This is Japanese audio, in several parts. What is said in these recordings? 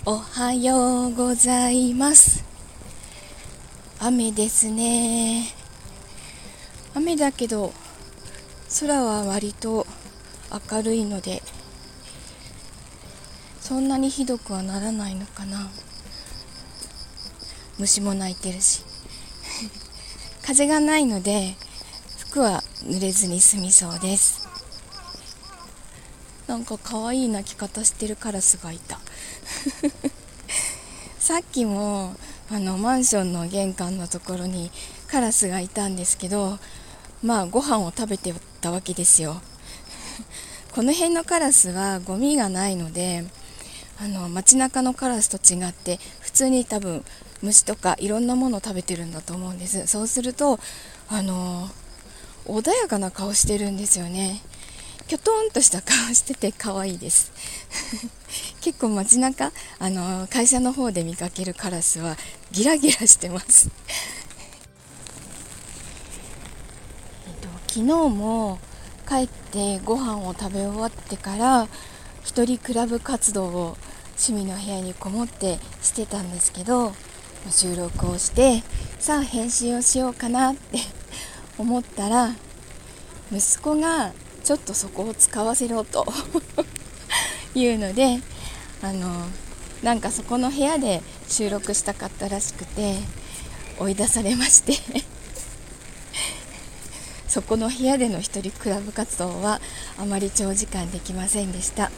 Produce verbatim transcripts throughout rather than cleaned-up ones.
おはようございます。雨ですね。雨だけど空は割と明るいのでそんなにひどくはならないのかな。虫も鳴いてるし風がないので服は濡れずに済みそうです。なんか可愛い鳴き方してるカラスがいたさっきもあのマンションの玄関のところにカラスがいたんですけど、まあご飯を食べてたわけですよこの辺のカラスはゴミがないので、あの街中のカラスと違って普通に多分虫とかいろんなものを食べてるんだと思うんです。そうするとあの穏やかな顔してるんですよね。きょとんとした顔してて可愛いです結構街中あの会社の方で見かけるカラスはギラギラしてますえっと昨日も帰ってご飯を食べ終わってから一人クラブ活動を趣味の部屋にこもってしてたんですけど、収録をしてさあ編集をしようかなって思ったら息子がちょっとそこを使わせろというので、あのなんかそこの部屋で収録したかったらしくて追い出されましてそこの部屋での一人クラブ活動はあまり長時間できませんでした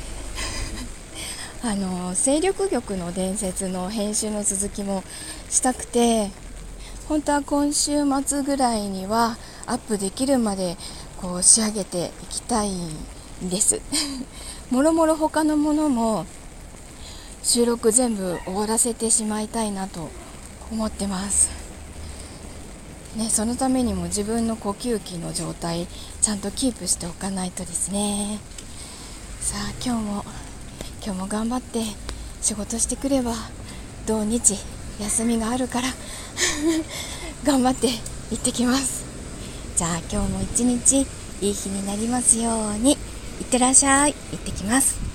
あの勢力玉の伝説の編集の続きもしたくて、本当は今週末ぐらいにはアップできるまでこう仕上げていきたいんですもろもろ他のものも収録全部終わらせてしまいたいなと思ってますね。そのためにも自分の呼吸器の状態ちゃんとキープしておかないとですね。さあ今日も今日も頑張って仕事してくれば土日休みがあるから頑張って行ってきます。じゃあ今日も一日いい日になりますように。いってらっしゃい。行ってきます。